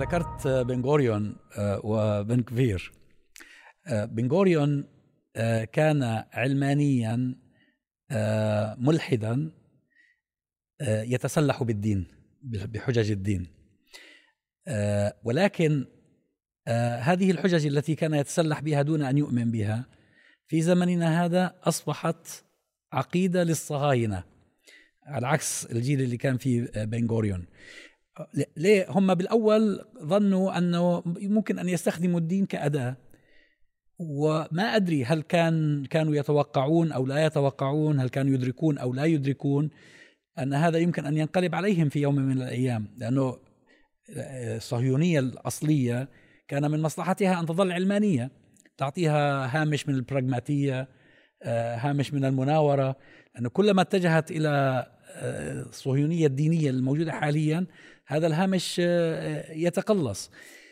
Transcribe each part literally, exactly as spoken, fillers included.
ذكرت بن غوريون وبن كفير. بن غوريون كان علمانيا ملحدا يتسلح بالدين بحجج الدين، ولكن هذه الحجج التي كان يتسلح بها دون أن يؤمن بها في زمننا هذا أصبحت عقيدة للصهاينة، على عكس الجيل اللي كان فيه بن غوريون. ليه؟ هم بالأول ظنوا أنه ممكن أن يستخدموا الدين كأداة، وما أدري هل كان كانوا يتوقعون أو لا يتوقعون، هل كانوا يدركون أو لا يدركون أن هذا يمكن أن ينقلب عليهم في يوم من الأيام، لأنه الصهيونية الأصلية كان من مصلحتها أن تظل علمانية، تعطيها هامش من البراغماتية، هامش من المناورة، لأنه كلما اتجهت إلى الصهيونية الدينية الموجودة حاليا هذا الهامش يتقلص.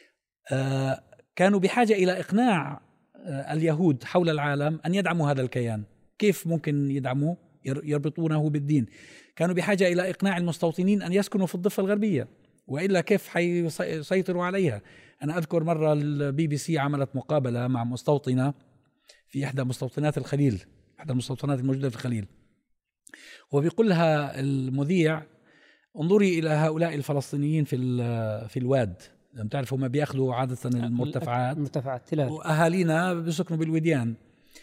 كانوا بحاجة إلى إقناع اليهود حول العالم أن يدعموا هذا الكيان. كيف ممكن يدعموا؟ يربطونه بالدين. كانوا بحاجة إلى إقناع المستوطنين أن يسكنوا في الضفة الغربية، وإلا كيف حيسيطروا عليها؟ أنا أذكر مرة البي بي سي عملت مقابلة مع مستوطنة في إحدى مستوطنات الخليل، إحدى المستوطنات الموجودة في الخليل، وبيقول لها المذيع: انظري إلى هؤلاء الفلسطينيين في في الواد، لم تعرفوا ما بيأخذوا عادة المرتفعات، مرتفعات تلال، وأهالينا بيسكنوا بالوديان.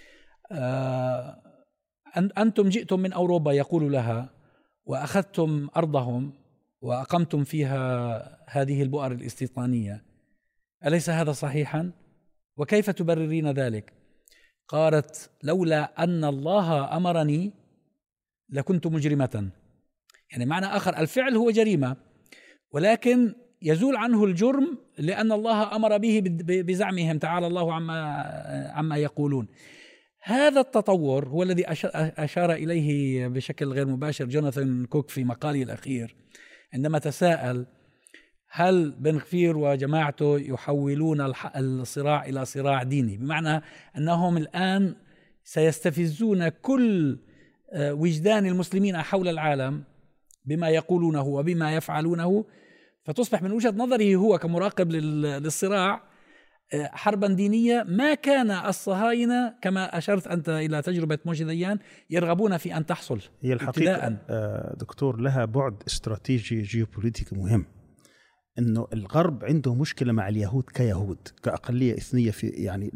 آه أنتم جئتم من أوروبا، يقول لها، وأخذتم أرضهم وأقمتم فيها هذه البؤر الاستيطانية، أليس هذا صحيحا؟ وكيف تبررين ذلك؟ قالت: لولا أن الله أمرني لكنت مجرمة. يعني معنى آخر، الفعل هو جريمة، ولكن يزول عنه الجرم لأن الله أمر به بزعمهم، تعالى الله عما عما يقولون. هذا التطور هو الذي أشار إليه بشكل غير مباشر جوناثان كوك في مقاله الأخير، عندما تساءل: هل بن غفير وجماعته يحولون الصراع إلى صراع ديني؟ بمعنى أنهم الآن سيستفزون كل وجدان المسلمين حول العالم بما يقولونه وبما يفعلونه، فتصبح من وجهة نظره هو كمراقب للصراع حربا دينية. ما كان الصهاينة كما أشرت أنت إلى تجربة موشي ديان يرغبون في أن تحصل. هي الحقيقة دكتور لها بعد استراتيجي جيوبوليتيكي مهم، إنه الغرب عنده مشكلة مع اليهود كيهود، كأقلية إثنية في يعني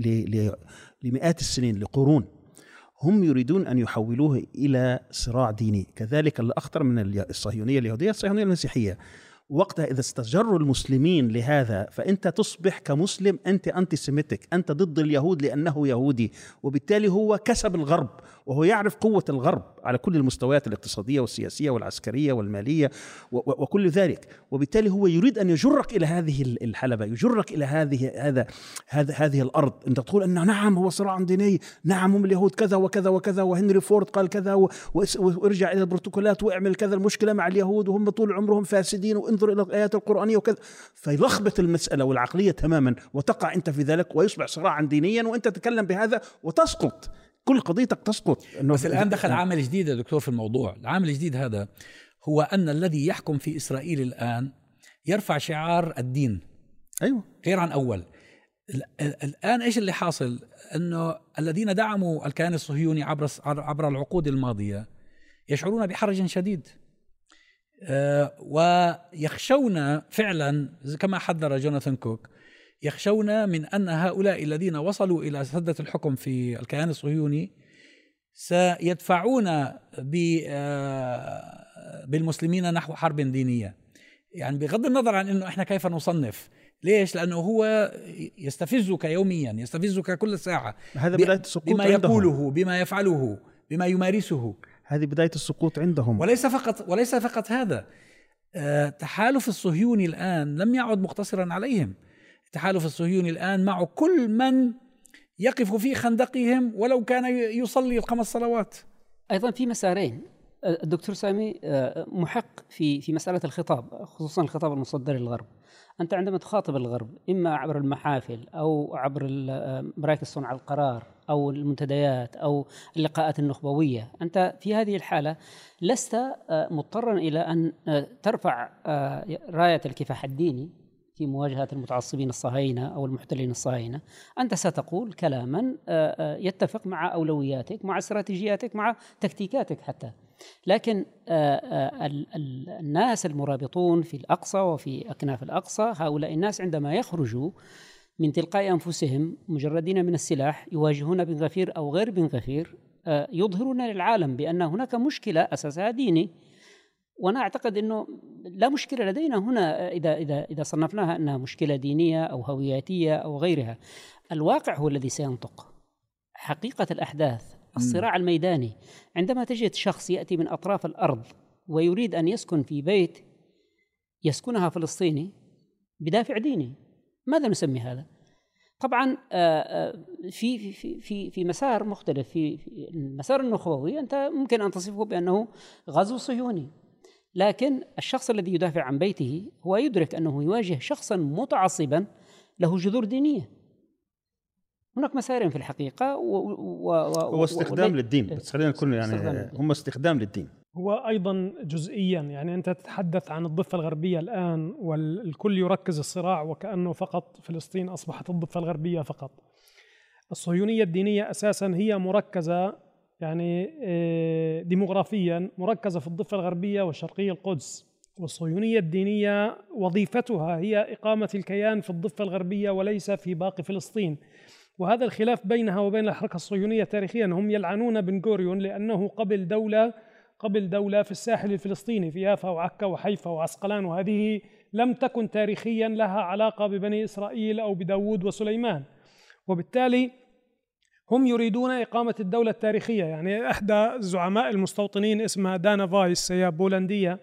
لمئات السنين، لقرون. هم يريدون أن يحولوه إلى صراع ديني. كذلك اللي أخطر من الصهيونية اليهودية الصهيونية المسيحية. وقتها إذا استجروا المسلمين لهذا فأنت تصبح كمسلم أنت أنتي سيميتك، أنت ضد اليهود لأنه يهودي، وبالتالي هو كسب الغرب، وهو يعرف قوة الغرب على كل المستويات الاقتصادية والسياسية والعسكرية والمالية وكل ذلك، وبالتالي هو يريد أن يجرك إلى هذه الحلبة، يجرك إلى هذه هذا هذا هذه الأرض. أنت تقول أن نعم هو صراع ديني، نعم هم اليهود كذا وكذا وكذا، وهنري فورد قال كذا، وارجع إلى البروتوكولات واعمل كذا، المشكلة مع اليهود وهم طول عمرهم فاسدين، وانظر إلى الآيات القرآنية وكذا، فيلخبط المسألة والعقلية تماما، وتقع أنت في ذلك ويصبح صراعا دينيا، وأنت تتكلم بهذا وتسقط، كل قضيتك تسقط. بس الآن دخل عامل جديد يا دكتور في الموضوع. العامل الجديد هذا هو أن الذي يحكم في إسرائيل الآن يرفع شعار الدين، أيوة، غير عن أول. الآن إيش اللي حاصل؟ أنه الذين دعموا الكيان الصهيوني عبر عبر العقود الماضية يشعرون بحرج شديد، أه ويخشون فعلا كما حذر جوناثان كوك، يخشون من أن هؤلاء الذين وصلوا إلى سدة الحكم في الكيان الصهيوني سيدفعون بالمسلمين نحو حرب دينية. يعني بغض النظر عن أنه إحنا كيف نصنف، ليش؟ لأنه هو يستفزك يوميا، يستفزك كل ساعة، هذا بداية السقوط بما عندهم. يقوله، بما يفعله، بما يمارسه. هذه بداية السقوط عندهم. وليس فقط وليس فقط هذا، أه تحالف الصهيوني الآن لم يعد مقتصرا عليهم. التحالف الصهيوني الآن مع كل من يقف في خندقهم ولو كان يصلي الخمس صلوات. أيضا في مسارين الدكتور سامي محق في في مسألة الخطاب، خصوصا الخطاب المصدر للغرب. أنت عندما تخاطب الغرب إما عبر المحافل أو عبر مراكز صنع القرار أو المنتديات أو اللقاءات النخبوية، أنت في هذه الحالة لست مضطرا إلى أن ترفع راية الكفاح الديني في مواجهة المتعصبين الصهاينة أو المحتلين الصهاينة، أنت ستقول كلاما يتفق مع أولوياتك، مع استراتيجياتك، مع تكتيكاتك حتى. لكن الناس المرابطون في الأقصى وفي أكناف الأقصى، هؤلاء الناس عندما يخرجوا من تلقاء أنفسهم مجردين من السلاح يواجهون بن غفير أو غير بن غفير، يظهرون للعالم بأن هناك مشكلة أساسها ديني. وأنا أعتقد أنه لا مشكلة لدينا هنا إذا إذا إذا صنفناها أنها مشكلة دينية أو هوياتية أو غيرها. الواقع هو الذي سينطق حقيقة الأحداث، الصراع الميداني. عندما تجد شخص يأتي من أطراف الأرض ويريد أن يسكن في بيت يسكنها فلسطيني بدافع ديني، ماذا نسمي هذا؟ طبعا في في في في مسار مختلف، في المسار النخبوي أنت ممكن أن تصفه بأنه غزو صهيوني، لكن الشخص الذي يدافع عن بيته هو يدرك أنه يواجه شخصا متعصبا له جذور دينية. هناك مسارين في الحقيقة و و هو استخدام و... للدين، بس خلينا نكون يعني هم استخدام للدين. هو أيضا جزئيا، يعني أنت تتحدث عن الضفة الغربية الآن والكل يركز الصراع وكأنه فقط فلسطين أصبحت الضفة الغربية فقط. الصهيونية الدينية أساسا هي مركزة يعني ديموغرافيا مركزة في الضفة الغربية والشرقية القدس، والصهيونية الدينية وظيفتها هي إقامة الكيان في الضفة الغربية وليس في باقي فلسطين. وهذا الخلاف بينها وبين الحركة الصهيونية تاريخيا، هم يلعنون بن غوريون لأنه قبل دولة قبل دولة في الساحل الفلسطيني في يافا وعكا وحيفا وعسقلان، وهذه لم تكن تاريخيا لها علاقة ببني إسرائيل أو بداود وسليمان، وبالتالي هم يريدون إقامة الدولة التاريخية. يعني إحدى زعماء المستوطنين اسمها دانا فايس، هي بولندية،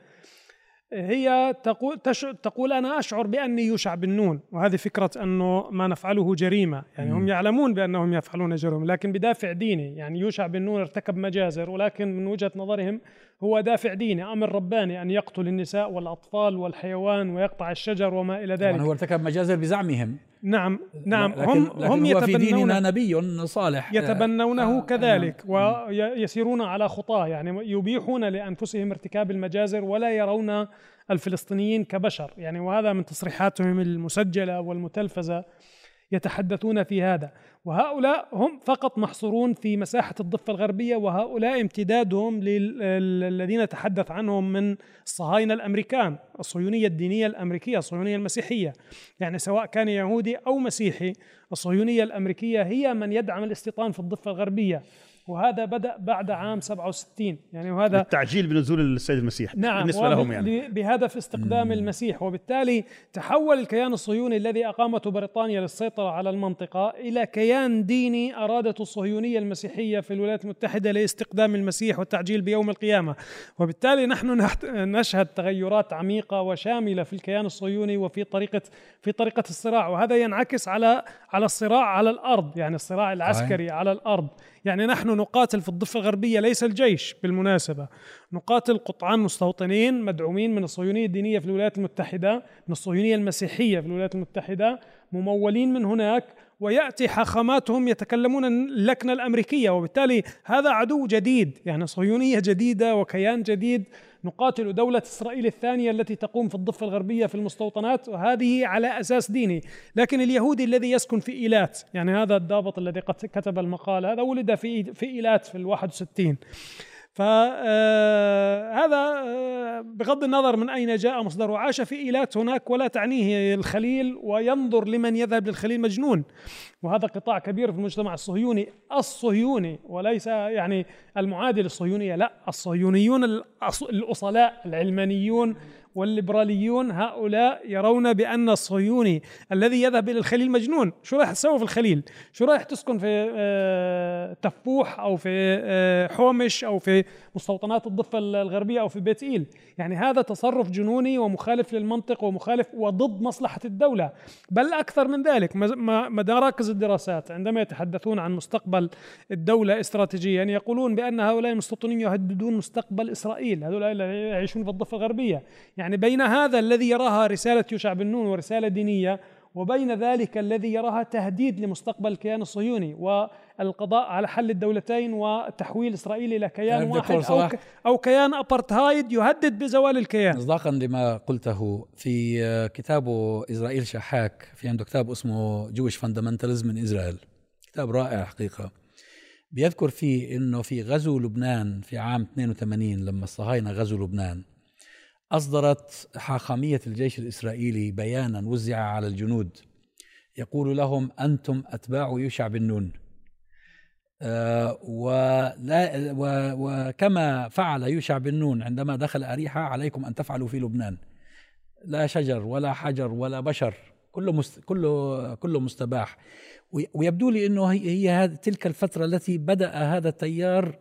هي تقول تقول أنا أشعر بأني يوشع بن نون، وهذه فكرة أنه ما نفعله جريمة، يعني هم يعلمون بأنهم يفعلون جريمة لكن بدافع ديني. يعني يوشع بن نون ارتكب مجازر، ولكن من وجهة نظرهم هو دافع ديني، أمر رباني أن يقتل النساء والأطفال والحيوان ويقطع الشجر وما إلى ذلك. هو ارتكب مجازر بزعمهم. نعم نعم، لكن هم لكن هم هو في ديننا يتبنون نبي صالح يتبنونه آه كذلك آه ويسيرون على خطاه، يعني يبيحون لأنفسهم ارتكاب المجازر ولا يرون الفلسطينيين كبشر. يعني وهذا من تصريحاتهم المسجلة والمتلفزة يتحدثون في هذا. وهؤلاء هم فقط محصورون في مساحة الضفة الغربية، وهؤلاء امتدادهم للذين تحدث عنهم من الصهاينة الأمريكان، الصهيونية الدينية الأمريكية، الصهيونية المسيحية. يعني سواء كان يهودي أو مسيحي، الصهيونية الأمريكية هي من يدعم الاستيطان في الضفة الغربية، وهذا بدأ بعد عام سبعة وستين. يعني وهذا التعجيل بنزول السيد المسيح. نعم، بالنسبة لهم يعني بهدف استقدام مم. المسيح. وبالتالي تحول الكيان الصهيوني الذي أقامته بريطانيا للسيطرة على المنطقة إلى كيان ديني أرادته الصهيونية المسيحية في الولايات المتحدة لاستقدام المسيح والتعجيل بيوم القيامة. وبالتالي نحن نشهد تغيرات عميقة وشاملة في الكيان الصهيوني وفي طريقة في طريقة الصراع، وهذا ينعكس على على الصراع على الأرض، يعني الصراع العسكري آه. على الأرض. يعني نحن نقاتل في الضفة الغربية ليس الجيش بالمناسبة، نقاتل قطعان مستوطنين مدعومين من الصهيونية الدينية في الولايات المتحدة، من الصهيونية المسيحية في الولايات المتحدة، ممولين من هناك، ويأتي حاخاماتهم يتكلمون اللكنة الأمريكية. وبالتالي هذا عدو جديد، يعني صهيونية جديدة وكيان جديد. نقاتل دولة إسرائيل الثانية التي تقوم في الضفة الغربية في المستوطنات، وهذه على أساس ديني. لكن اليهودي الذي يسكن في إيلات، يعني هذا الضابط الذي قد كتب المقال هذا ولد في في إيلات في الواحد وستين، فهذا بغض النظر من أين جاء مصدره عاش في إيلات هناك ولا تعنيه الخليل، وينظر لمن يذهب للخليل مجنون. وهذا قطاع كبير في المجتمع الصهيوني الصهيوني وليس يعني المعادل الصهيونية، لا، الصهيونيون الأصلاء العلمانيون والليبراليون، هؤلاء يرون بأن الصهيوني الذي يذهب إلى الخليل مجنون. شو رايح تسوي في الخليل؟ شو رايح تسكن في تفوح أو في حومش أو في مستوطنات الضفة الغربية أو في بيت إيل؟ يعني هذا تصرف جنوني ومخالف للمنطق ومخالف وضد مصلحة الدولة. بل أكثر من ذلك، مراكز الدراسات عندما يتحدثون عن مستقبل الدولة استراتيجيا يقولون بأن هؤلاء المستوطنين يهددون مستقبل إسرائيل، هؤلاء اللي يعيشون في الضفة الغربية. يعني بين هذا الذي يراها رسالة يوشع بن نون ورسالة دينية، وبين ذلك الذي يراها تهديد لمستقبل الكيان الصهيوني والقضاء على حل الدولتين وتحويل إسرائيل إلى كيان واحد أو, ك أو كيان أبرتهايد يهدد بزوال الكيان. مصداقا لما قلته في كتابه إسرائيل شحاك، في عنده كتاب اسمه Jewish Fundamentalism in Israel، كتاب رائع حقيقة، بيذكر فيه أنه في غزو لبنان في عام اثنين وثمانين لما الصهاينة غزوا لبنان، أصدرت حاخامية الجيش الإسرائيلي بيانا وزع على الجنود يقول لهم أنتم أتباع يوشع بن نون، آه ولا وكما فعل يوشع بن نون عندما دخل أريحة عليكم أن تفعلوا في لبنان، لا شجر ولا حجر ولا بشر، كله مست كله كله مستباح. ويبدو لي أنه هي هذه تلك الفترة التي بدأ هذا التيار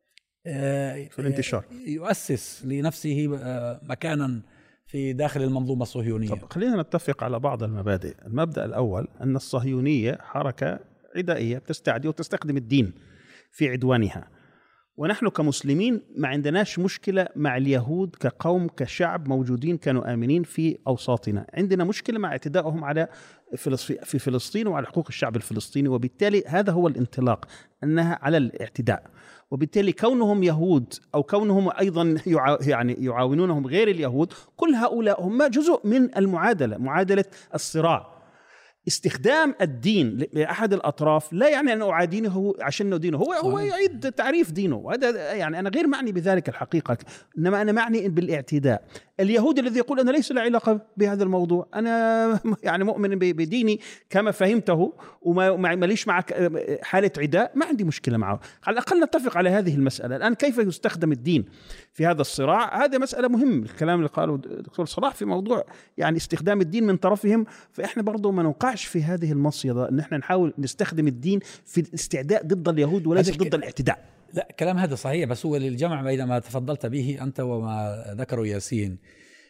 في الانتشار يؤسس لنفسه مكانا في داخل المنظومة الصهيونية. طب خلينا نتفق على بعض المبادئ. المبدأ الأول أن الصهيونية حركة عدائية بتستعدي وتستخدم الدين في عدوانها، ونحن كمسلمين ما عندناش مشكلة مع اليهود كقوم كشعب موجودين كانوا آمنين في أوساطنا، عندنا مشكلة مع اعتدائهم على في فلسطين وعلى حقوق الشعب الفلسطيني، وبالتالي هذا هو الانطلاق، أنها على الاعتداء. وبالتالي كونهم يهود أو كونهم أيضا يعني يعاونونهم غير اليهود، كل هؤلاء هم جزء من المعادلة، معادلة الصراع. استخدام الدين لأحد الأطراف لا يعني أن أعادينه عشان دينه، هو هو يعيد تعريف دينه، وهذا يعني أنا غير معني بذلك الحقيقة، إنما أنا معني بالاعتداء. اليهود الذي يقول أنا ليس له علاقة بهذا الموضوع، أنا يعني مؤمن بديني كما فهمته وما ماليش معك حالة عداء، ما عندي مشكلة معه، على الأقل نتفق على هذه المسألة. الآن كيف يستخدم الدين في هذا الصراع، هذا مسألة مهم. الكلام اللي قاله الدكتور صلاح في موضوع يعني استخدام الدين من طرفهم، فإحنا برضو ما نوقعش في هذه المصيدة ان احنا نحاول نستخدم الدين في الاستعداء ضد اليهود وليس ضد الاعتداء. لا، كلام هذا صحيح، بس هو للجمع بين ما تفضلت به أنت وما ذكره ياسين،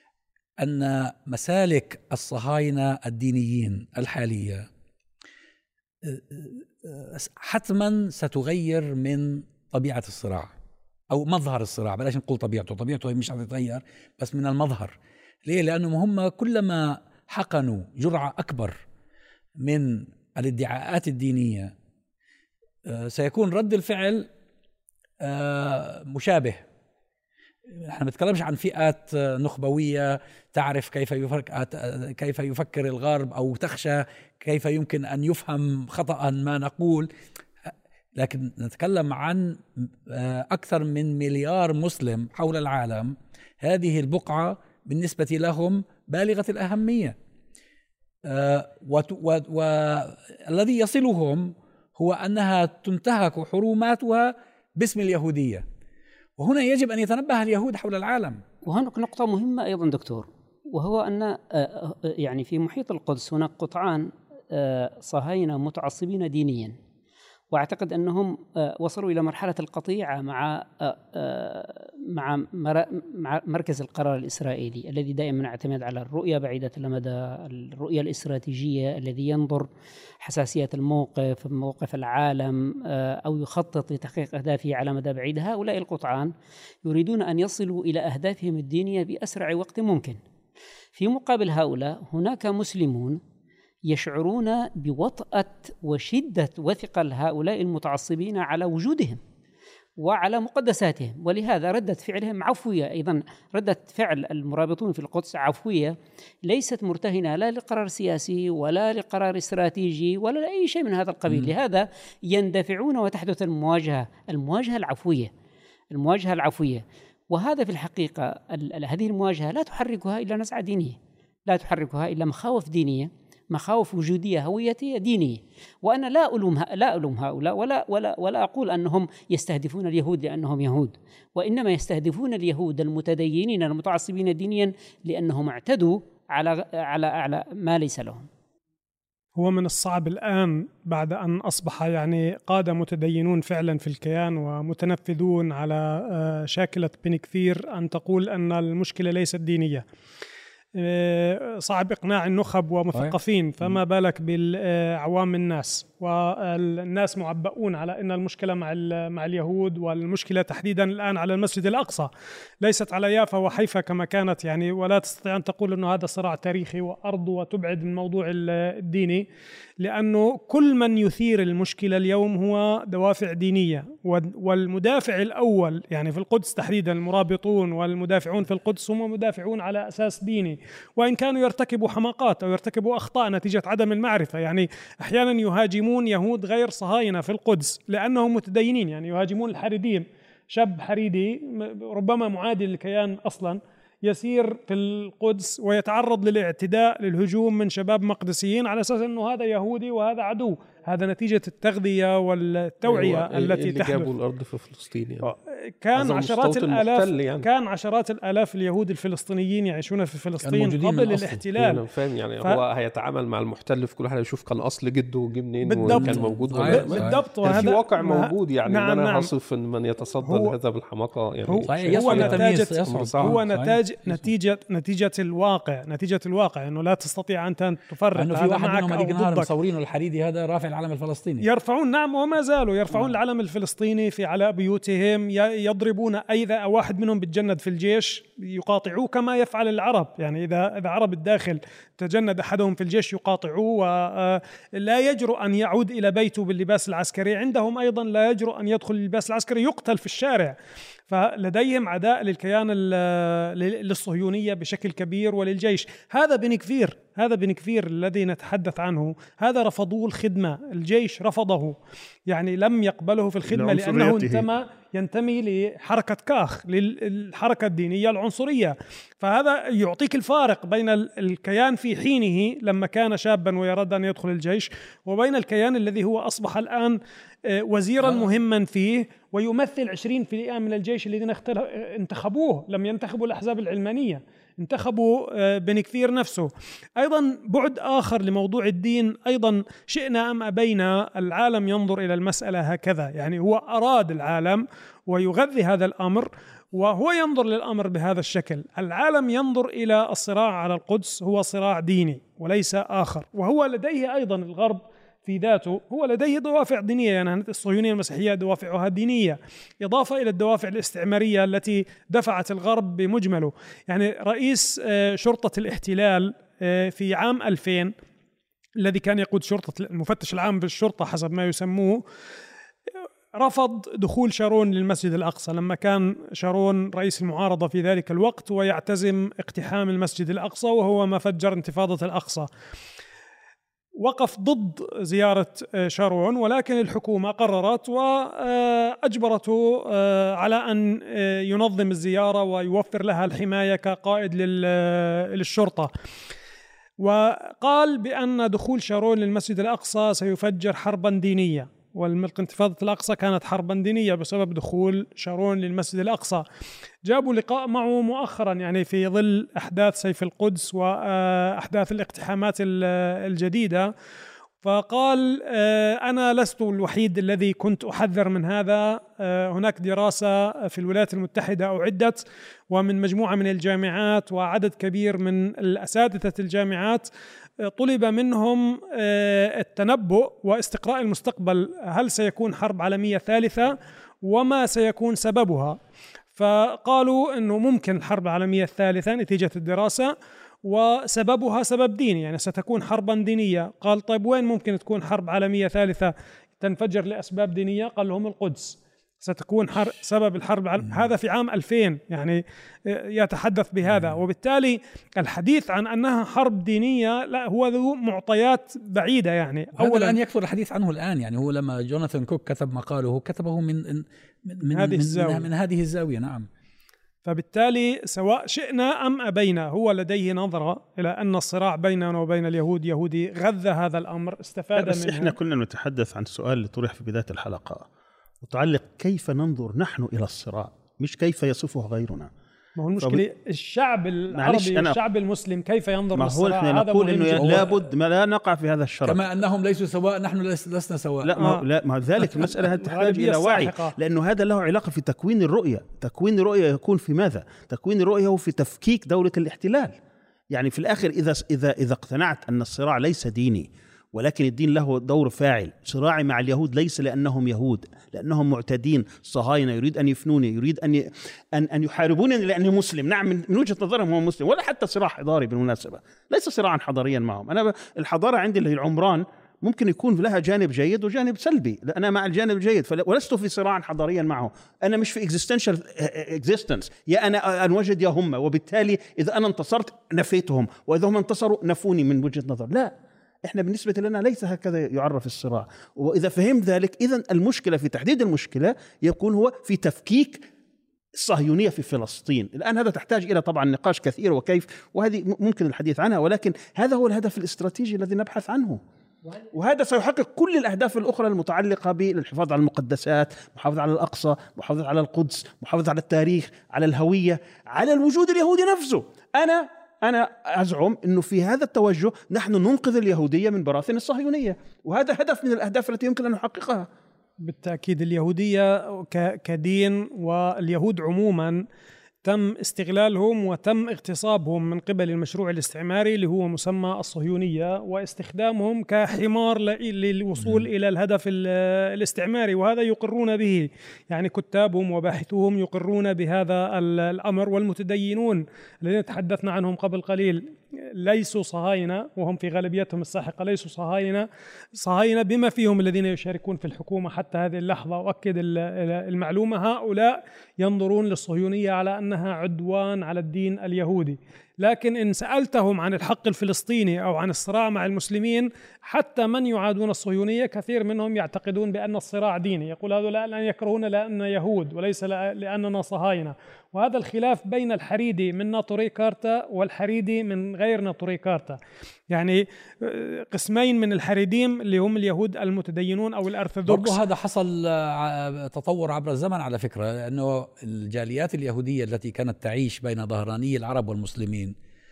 أن مسالك الصهاينة الدينيين الحالية حتما ستغير من طبيعة الصراع أو مظهر الصراع، بلاش نقول طبيعته، طبيعته مش هتتغير بس من المظهر. ليه؟ لأنهم هم كلما حقنوا جرعة أكبر من الادعاءات الدينية سيكون رد الفعل مشابه. نحن ما نتكلمش عن فئات نخبوية تعرف كيف يفكر كيف يفكر الغرب أو تخشى كيف يمكن أن يفهم خطأ ما نقول، لكن نتكلم عن أكثر من مليار مسلم حول العالم. هذه البقعة بالنسبة لهم بالغة الأهمية، والذي يصلهم هو أنها تنتهك حرماتها باسم اليهودية، وهنا يجب أن يتنبه اليهود حول العالم. وهناك نقطة مهمة أيضا دكتور، وهو أن يعني في محيط القدس هناك قطعان صهاينة متعصبين دينيا، واعتقد انهم وصلوا الى مرحله القطيعه مع مع مع مركز القرار الاسرائيلي الذي دائما يعتمد على الرؤيه بعيده المدى، الرؤيه الاستراتيجيه، الذي ينظر حساسيه الموقف، موقف العالم، او يخطط لتحقيق اهدافه على مدى بعيد. هؤلاء القطعان يريدون ان يصلوا الى اهدافهم الدينيه باسرع وقت ممكن. في مقابل هؤلاء هناك مسلمون يشعرون بوطأة وشدة وثقل هؤلاء المتعصبين على وجودهم وعلى مقدساتهم، ولهذا ردة فعلهم عفوية. أيضا ردة فعل المرابطون في القدس عفوية، ليست مرتهنة لا لقرار سياسي ولا لقرار استراتيجي ولا لأي شيء من هذا القبيل. م. لهذا يندفعون وتحدث المواجهة المواجهة العفوية المواجهة العفوية وهذا في الحقيقة هذه المواجهة لا تحركها إلا نزعة دينية، لا تحركها إلا مخاوف دينية، مخاوف وجودية هويتية دينية. وأنا لا ألوم لا ألوم هؤلاء ولا ولا ولا أقول أنهم يستهدفون اليهود لأنهم يهود، وإنما يستهدفون اليهود المتدينين المتعصبين دينيا لأنهم اعتدوا على على على ما ليس لهم. هو من الصعب الآن بعد أن أصبح يعني قادة متدينون فعلا في الكيان ومتنفذون على شاكلة بن كثير أن تقول أن المشكلة ليست دينية. صعب إقناع النخب ومثقفين، فما بالك بالعوام الناس. والناس معبؤون على أن المشكلة مع مع اليهود، والمشكلة تحديدا الآن على المسجد الأقصى، ليست على يافا وحيفا كما كانت يعني. ولا تستطيع أن تقول أنه هذا صراع تاريخي وأرض وتبعد من الموضوع الديني، لأنه كل من يثير المشكلة اليوم هو دوافع دينية. والمدافع الأول يعني في القدس تحديدا، المرابطون والمدافعون في القدس هم مدافعون على أساس ديني، وإن كانوا يرتكبوا حماقات أو يرتكبوا أخطاء نتيجة عدم المعرفة. يعني أحيانا يهاجمون يهود غير صهاينة في القدس لأنهم متدينين، يعني يهاجمون الحريديين. شاب حريدي ربما معادي للكيان أصلا يسير في القدس ويتعرض للاعتداء للهجوم من شباب مقدسيين على أساس أنه هذا يهودي وهذا عدو. هذا نتيجة التغذية والتوعية التي اللي جابوا الأرض في فلسطين يعني. كان عشرات الآلاف يعني. كان عشرات الآلاف اليهود الفلسطينيين يعيشون في فلسطين قبل الاحتلال. فاهم يعني ف... هو هيتعامل مع المحتل في كل حاجة، يشوف كان أصل جده وجه منين وكان موجود ولا بالضبط. وهذا في واقع موجود يعني. نعم أنا نعم. هصف من يتصدى لهذا بالحماقة يعني. هو, هو نتاجة هو نتاج نتيجة نتيجة الواقع نتيجة الواقع إنه لا تستطيع أن تفرق إنه في واحد منهم هذيك النهار مصورينه الحريدي هذا رافع العلم الفلسطيني، يرفعون نعم وما زالوا يرفعون العلم الفلسطيني في علاء بيوتهم، يضربون إذا واحد منهم بتجند في الجيش يقاطعوه كما يفعل العرب. يعني إذا إذا عرب الداخل تجند أحدهم في الجيش يقاطعوه، ولا يجرؤ أن يعود إلى بيته باللباس العسكري. عندهم أيضا لا يجرؤ أن يدخل اللباس العسكري، يقتل في الشارع. فلديهم عداء للكيان للصهيونية بشكل كبير وللجيش. هذا بن كفير هذا بن كفير الذي نتحدث عنه، هذا رفضوه الخدمة، الجيش رفضه يعني لم يقبله في الخدمة لأنه انتمى ينتمي لحركة كاخ، للحركة الدينية العنصرية. فهذا يعطيك الفارق بين الكيان في حينه لما كان شابا ويراد أن يدخل الجيش، وبين الكيان الذي هو أصبح الآن وزيرا مهما فيه ويمثل عشرين بالمئة من الجيش الذين انتخبوه. لم ينتخبوا الأحزاب العلمانية، انتخبوا بن كفير نفسه. أيضا بعد آخر لموضوع الدين، أيضا شئنا أم أبينا العالم ينظر إلى المسألة هكذا. يعني هو أراد العالم ويغذي هذا الأمر وهو ينظر للأمر بهذا الشكل. العالم ينظر إلى الصراع على القدس هو صراع ديني وليس آخر، وهو لديه أيضا الغرب في ذاته هو لديه دوافع دينية. يعني الصهيونية المسيحية دوافعها دينية، إضافة إلى الدوافع الاستعمارية التي دفعت الغرب بمجمله. يعني رئيس شرطة الاحتلال في عام ألفين الذي كان يقود شرطة المفتش العام بالشرطة حسب ما يسموه، رفض دخول شارون للمسجد الأقصى لما كان شارون رئيس المعارضة في ذلك الوقت ويعتزم اقتحام المسجد الأقصى وهو ما فجر انتفاضة الأقصى. وقف ضد زيارة شارون، ولكن الحكومة قررت وأجبرته على أن ينظم الزيارة ويوفر لها الحماية كقائد للشرطة. وقال بأن دخول شارون للمسجد الأقصى سيفجر حربا دينية، والانتفاضة الأقصى كانت حربا دينية بسبب دخول شارون للمسجد الأقصى. جابوا لقاء معه مؤخرا يعني في ظل أحداث سيف القدس وأحداث الاقتحامات الجديدة، فقال أنا لست الوحيد الذي كنت أحذر من هذا. هناك دراسة في الولايات المتحدة أعدت ومن مجموعة من الجامعات وعدد كبير من الأساتذة الجامعات طلب منهم التنبؤ واستقراء المستقبل، هل سيكون حرب عالمية ثالثة وما سيكون سببها. فقالوا أنه ممكن الحرب العالمية الثالثة نتيجة الدراسة وسببها سبب ديني، يعني ستكون حربا دينية. قال طيب وين ممكن تكون حرب عالمية ثالثة تنفجر لأسباب دينية؟ قال لهم القدس ستكون حر... سبب الحرب العالمية. هذا في عام ألفين يعني يتحدث بهذا، وبالتالي الحديث عن أنها حرب دينية لا، هو ذو معطيات بعيدة. يعني أولا أن يكثر الحديث عنه الآن، يعني هو لما جوناثان كوك كتب مقاله كتبه من من, من هذه الزاوية من هذه الزاوية نعم. فبالتالي سواء شئنا أم أبينا هو لديه نظرة إلى أن الصراع بيننا وبين اليهود يهودي، غذى هذا الأمر، استفاد منه. بس إحنا كنا نتحدث عن سؤال اللي طرح في بداية الحلقة متعلق كيف ننظر نحن إلى الصراع، مش كيف يصفه غيرنا. ما هو المشكلة فب... الشعب العربي والشعب المسلم كيف ينظر للصراع؟ ما هو احنا نقول إنه لابد ما لا نقع في هذا الشر، كما أنهم ليسوا سواء نحن لسنا سواء. لا ما, لا ما ذلك المسألة تحتاج إلى وعي، لأنه هذا له علاقة في تكوين الرؤية. تكوين الرؤية يكون في ماذا؟ تكوين الرؤية هو في تفكيك دولة الاحتلال. يعني في الآخر إذا إذا إذا اقتنعت أن الصراع ليس ديني ولكن الدين له دور فاعل، صراعي مع اليهود ليس لأنهم يهود، لأنهم معتدين صهاينة يريد أن يفنوني، يريد أن أن أن يحاربونني لأني مسلم. نعم من وجهة نظرهم هو مسلم، ولا حتى صراع حضاري بالمناسبة، ليس صراعا حضاريا معهم. أنا الحضارة عندي اللي هي العمران ممكن يكون لها جانب جيد وجانب سلبي، أنا مع الجانب الجيد ولست في صراع حضاريا معه. أنا مش في existential existence، يا أنا أنوجد يا هم، وبالتالي إذا أنا انتصرت نفيتهم وإذا هم انتصروا نفوني من وجهة نظر. لا، إحنا بالنسبة لنا ليس هكذا يعرف الصراع. وإذا فهم ذلك إذن المشكلة في تحديد المشكلة يكون هو في تفكيك الصهيونية في فلسطين. الآن هذا تحتاج إلى طبعا نقاش كثير وكيف، وهذه ممكن الحديث عنها، ولكن هذا هو الهدف الاستراتيجي الذي نبحث عنه، وهذا سيحقق كل الأهداف الأخرى المتعلقة بالحفاظ على المقدسات، محافظة على الأقصى، محافظة على القدس، محافظة على التاريخ، على الهوية، على الوجود اليهودي نفسه. أنا أنا أزعم أنه في هذا التوجه نحن ننقذ اليهودية من براثن الصهيونية، وهذا هدف من الأهداف التي يمكن أن نحققها. بالتأكيد اليهودية كدين واليهود عموما تم استغلالهم وتم اغتصابهم من قبل المشروع الاستعماري اللي هو مسمى الصهيونية، واستخدامهم كحمار للوصول إلى الهدف الاستعماري، وهذا يقرون به، يعني كتابهم وباحثوهم يقرون بهذا الأمر. والمتدينون الذين تحدثنا عنهم قبل قليل ليسوا صهاينة، وهم في غالبيتهم الساحقة ليسوا صهاينة صهاينة بما فيهم الذين يشاركون في الحكومة حتى هذه اللحظة. وأكد المعلومة، هؤلاء ينظرون للصهيونية على أنها عدوان على الدين اليهودي. لكن إن سألتهم عن الحق الفلسطيني أو عن الصراع مع المسلمين، حتى من يعادون الصهيونية كثير منهم يعتقدون بأن الصراع ديني، يقول هذا لأن يكرهون لأننا يهود وليس لأننا صهاينة. وهذا الخلاف بين الحريدي من ناطوري كارتا والحريدي من غير ناطوري كارتا، يعني قسمين من الحريديم اللي هم اليهود المتدينون أو الأرثوذكس. برضو هذا حصل تطور عبر الزمن على فكرة، لأنه الجاليات اليهودية التي كانت تعيش بين ظهراني العرب والمسلمين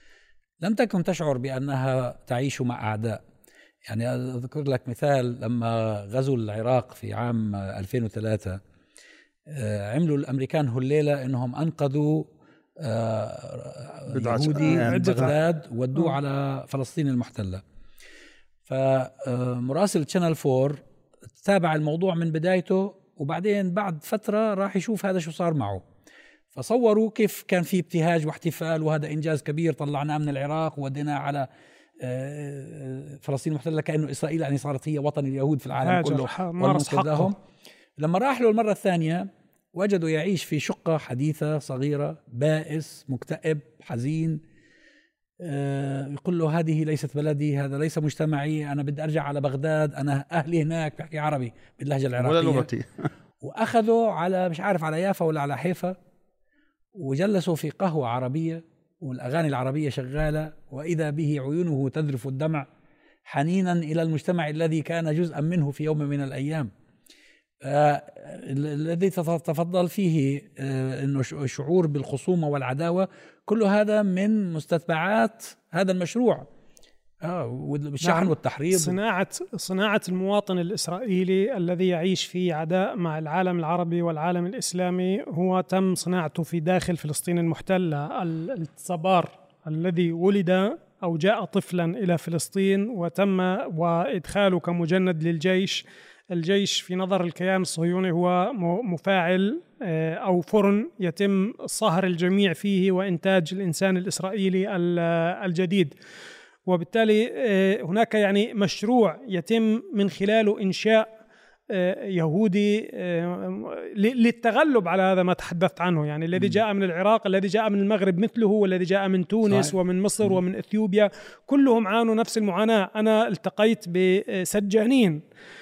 لم تكن تشعر بأنها تعيش مع أعداء. يعني أذكر لك مثال، لما غزوا العراق في عام ألفين وثلاثة عملوا الأمريكان هالليلة أنهم أنقذوا يهودي من بغداد ودوه على فلسطين المحتلة. فمراسل تشانل فور تابع الموضوع من بدايته، وبعدين بعد فترة راح يشوف هذا شو صار معه، فصوروا كيف كان في ابتهاج واحتفال وهذا إنجاز كبير، طلعناه من العراق ووديناه على فلسطين المحتلة كأنه إسرائيل يعني صارت هي وطن اليهود في العالم كله والمنقذ لهم. لما راح له المرة الثانية وجدوا يعيش في شقة حديثة صغيرة، بائس مكتئب حزين. آه يقول له هذه ليست بلدي، هذا ليس مجتمعي، أنا بدي أرجع على بغداد، أنا أهلي هناك بحكي عربي باللهجة العراقية ولا لغتي. وأخذوا على مش عارف على يافا ولا على حيفا، وجلسوا في قهوة عربية والأغاني العربية شغالة، وإذا به عيونه تذرف الدمع حنينا إلى المجتمع الذي كان جزءا منه في يوم من الأيام. آه الذي تفضل فيه آه انه شعور بالخصومه والعداوه، كل هذا من مستتبعات هذا المشروع اه والشحن نعم. والتحريض، صناعه صناعه المواطن الاسرائيلي الذي يعيش في عداء مع العالم العربي والعالم الاسلامي، هو تم صناعته في داخل فلسطين المحتله. الصبار الذي ولد او جاء طفلا الى فلسطين وتم وادخاله كمجند للجيش، الجيش في نظر الكيان الصهيوني هو مفاعل أو فرن يتم صهر الجميع فيه وإنتاج الإنسان الإسرائيلي الجديد. وبالتالي هناك يعني مشروع يتم من خلاله إنشاء يهودي للتغلب على هذا ما تحدثت عنه، يعني الذي جاء من العراق، الذي جاء من المغرب مثله، والذي جاء من تونس صحيح. ومن مصر ومن إثيوبيا، كلهم عانوا نفس المعاناة. أنا التقيت بسجانين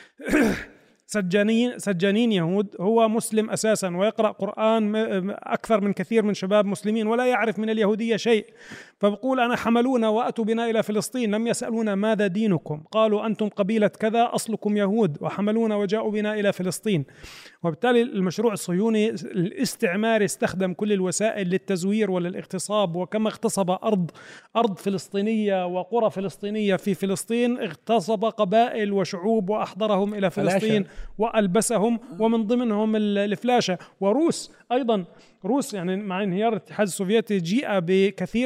سجانين سجانين يهود، هو مسلم أساسا ويقرأ قرآن أكثر من كثير من شباب مسلمين ولا يعرف من اليهودية شيء، فبقول أنا حملونا وأتوا بنا إلى فلسطين، لم يسألونا ماذا دينكم، قالوا أنتم قبيلة كذا أصلكم يهود، وحملونا وجاءوا بنا إلى فلسطين. وبالتالي المشروع الصهيوني الاستعماري استخدم كل الوسائل للتزوير وللاغتصاب، وكما اغتصب أرض أرض فلسطينية وقرى فلسطينية في فلسطين، اغتصب قبائل وشعوب وأحضرهم إلى فلسطين وألبسهم، ومن ضمنهم الفلاشة. وروس أيضا، روس يعني مع انهيار الاتحاد السوفيتي جيء بكثير من الروس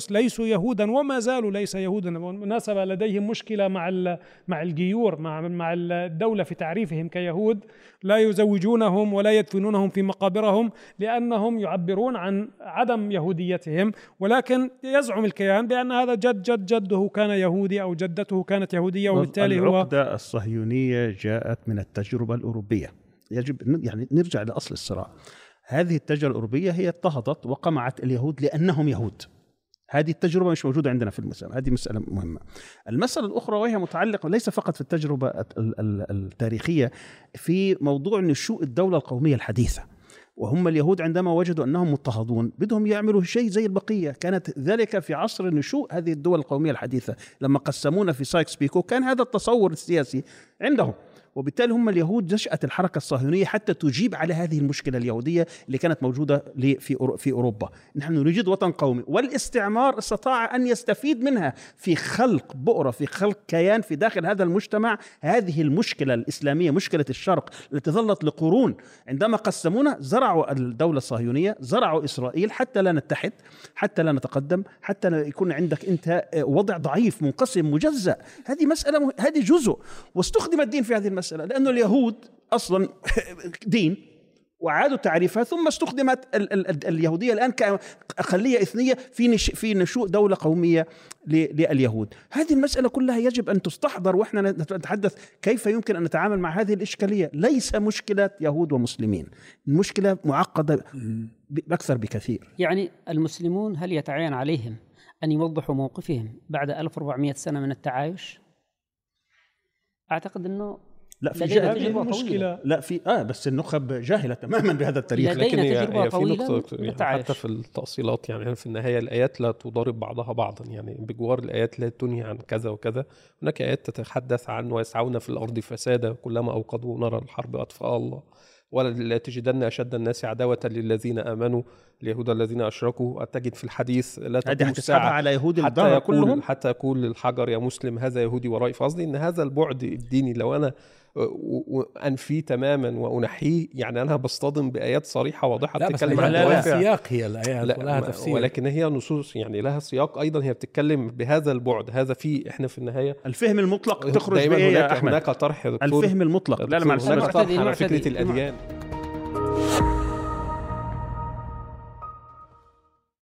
الفرس ليسوا يهودا وما زالوا ليس يهودا. بالمناسبة لديهم مشكلة مع مع الجيور، مع مع الدولة في تعريفهم كيهود، لا يزوجونهم ولا يدفنونهم في مقابرهم لأنهم يعبرون عن عدم يهوديتهم، ولكن يزعم الكيان بأن هذا جد جد جده كان يهودي أو جدته كانت يهودية، وبالتالي هو العقدة الصهيونية جاءت من التجربة الأوروبية. يجب يعني نرجع لأصل الصراع. هذه التجربة الأوروبية هي اضطهدت وقمعت اليهود لأنهم يهود. هذه التجربة مش موجودة عندنا في المسلم. هذه مسألة مهمة. المسألة الأخرى وهي متعلقة ليس فقط في التجربة التاريخية، في موضوع نشوء الدولة القومية الحديثة. وهم اليهود عندما وجدوا أنهم مضطهدون بدهم يعملوا شيء زي البقية. كانت ذلك في عصر نشوء هذه الدول القومية الحديثة، لما قسمونا في سايكس بيكو كان هذا التصور السياسي عندهم. وبالتالي هم اليهود نشأت الحركة الصهيونية حتى تجيب على هذه المشكلة اليهودية اللي كانت موجودة في في أوروبا. نحن نريد وطن قومي، والاستعمار استطاع أن يستفيد منها في خلق بؤرة، في خلق كيان في داخل هذا المجتمع. هذه المشكلة الإسلامية، مشكلة الشرق التي ظلت لقرون، عندما قسمونا زرعوا الدولة الصهيونية، زرعوا إسرائيل حتى لا نتحد، حتى لا نتقدم، حتى لا يكون عندك أنت وضع ضعيف منقسم مجزأ. هذه مسألة، هذه جزء، واستخدم الدين في هذه المسألة، لأنه اليهود أصلا دين وعادوا تعريفها، ثم استخدمت ال- ال- اليهودية الآن كأقلية إثنية في في نشوء دولة قومية لليهود. هذه المسألة كلها يجب أن تستحضر وإحنا نتحدث كيف يمكن أن نتعامل مع هذه الإشكالية. ليس مشكلة يهود ومسلمين، المشكلة معقدة أكثر بكثير. يعني المسلمون هل يتعين عليهم أن يوضحوا موقفهم بعد ألف وأربعمائة سنة من التعايش؟ أعتقد أنه لا في تجربة مشكلة. لا في اه بس النخب جاهلة تماما بهذا التاريخ. لكن هي, هي في طويلة نقطة يعني حتى في التأصيلات، يعني في النهاية الآيات لا تضارب بعضها بعضا. يعني بجوار الآيات لا تنهي عن كذا وكذا، هناك آيات تتحدث عن ويسعون في الأرض فسادا كلما أوقدوا نار الحرب أطفأ الله، ولا تجدن أشد الناس عداوة للذين آمنوا اليهود الذين أشركوا. تجد في الحديث لا تقوم الساعة على يهود حتى الدهر يقول كلهم، حتى يقول للحجر يا مسلم هذا يهودي ورائي. فقصدي إن هذا البعد الديني لو أنا وأنفيه تماما وأنحيه، يعني أنا بصطدم بآيات صريحة واضحة بتتكلم عن الدوافع. سياق هي الآيات ولها تفسير، ولكن هي نصوص يعني لها سياق أيضا، هي بتتكلم بهذا البعد. هذا فيه إحنا في النهاية الفهم المطلق تخرج دائما بإيه هناك, يا أحمد؟ هناك طرح يا دكتور، الفهم المطلق لا لا هناك طرح على فكرة الأديان.